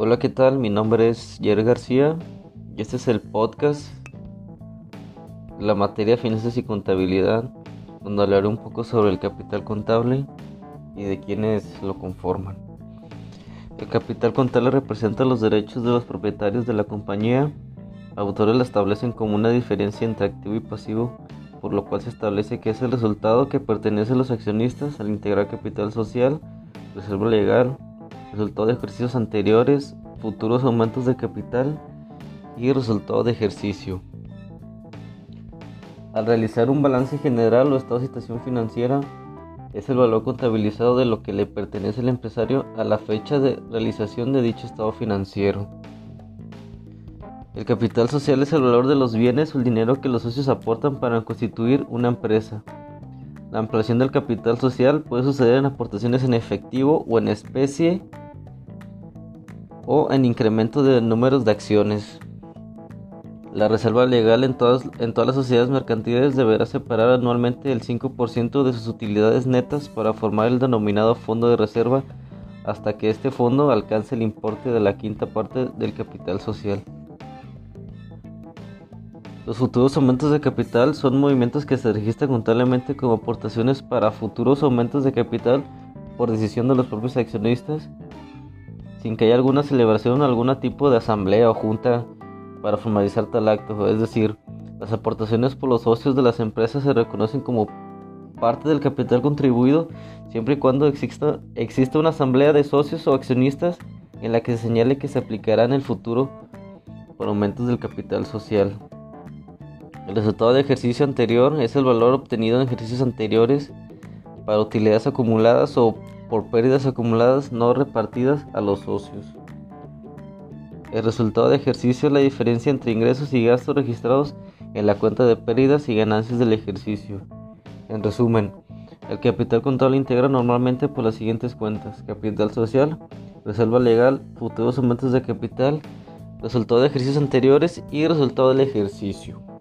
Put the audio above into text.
Hola, ¿qué tal? Mi nombre es Jer García y este es el podcast de la materia de Finanzas y Contabilidad, donde hablaré un poco sobre el capital contable y de quienes lo conforman. El capital contable representa los derechos de los propietarios de la compañía. Autores la establecen como una diferencia entre activo y pasivo, por lo cual se establece que es el resultado que pertenece a los accionistas al integrar capital social, reserva legal, resultado de ejercicios anteriores, futuros aumentos de capital y resultado de ejercicio. Al realizar un balance general o estado de situación financiera, es el valor contabilizado de lo que le pertenece al empresario a la fecha de realización de dicho estado financiero. El capital social es el valor de los bienes o el dinero que los socios aportan para constituir una empresa. La ampliación del capital social puede suceder en aportaciones en efectivo o en especie o en incremento de números de acciones. La reserva legal en todas las sociedades mercantiles deberá separar anualmente el 5% de sus utilidades netas para formar el denominado fondo de reserva hasta que este fondo alcance el importe de la quinta parte del capital social. Los futuros aumentos de capital son movimientos que se registran contablemente como aportaciones para futuros aumentos de capital por decisión de los propios accionistas, sin que haya alguna celebración o algún tipo de asamblea o junta para formalizar tal acto. Es decir, las aportaciones por los socios de las empresas se reconocen como parte del capital contribuido siempre y cuando exista una asamblea de socios o accionistas en la que se señale que se aplicará en el futuro por aumentos del capital social. El resultado de ejercicio anterior es el valor obtenido en ejercicios anteriores para utilidades acumuladas o por pérdidas acumuladas no repartidas a los socios. El resultado de ejercicio es la diferencia entre ingresos y gastos registrados en la cuenta de pérdidas y ganancias del ejercicio. En resumen, el capital contable integra normalmente por las siguientes cuentas: capital social, reserva legal, futuros aumentos de capital, resultado de ejercicios anteriores y resultado del ejercicio.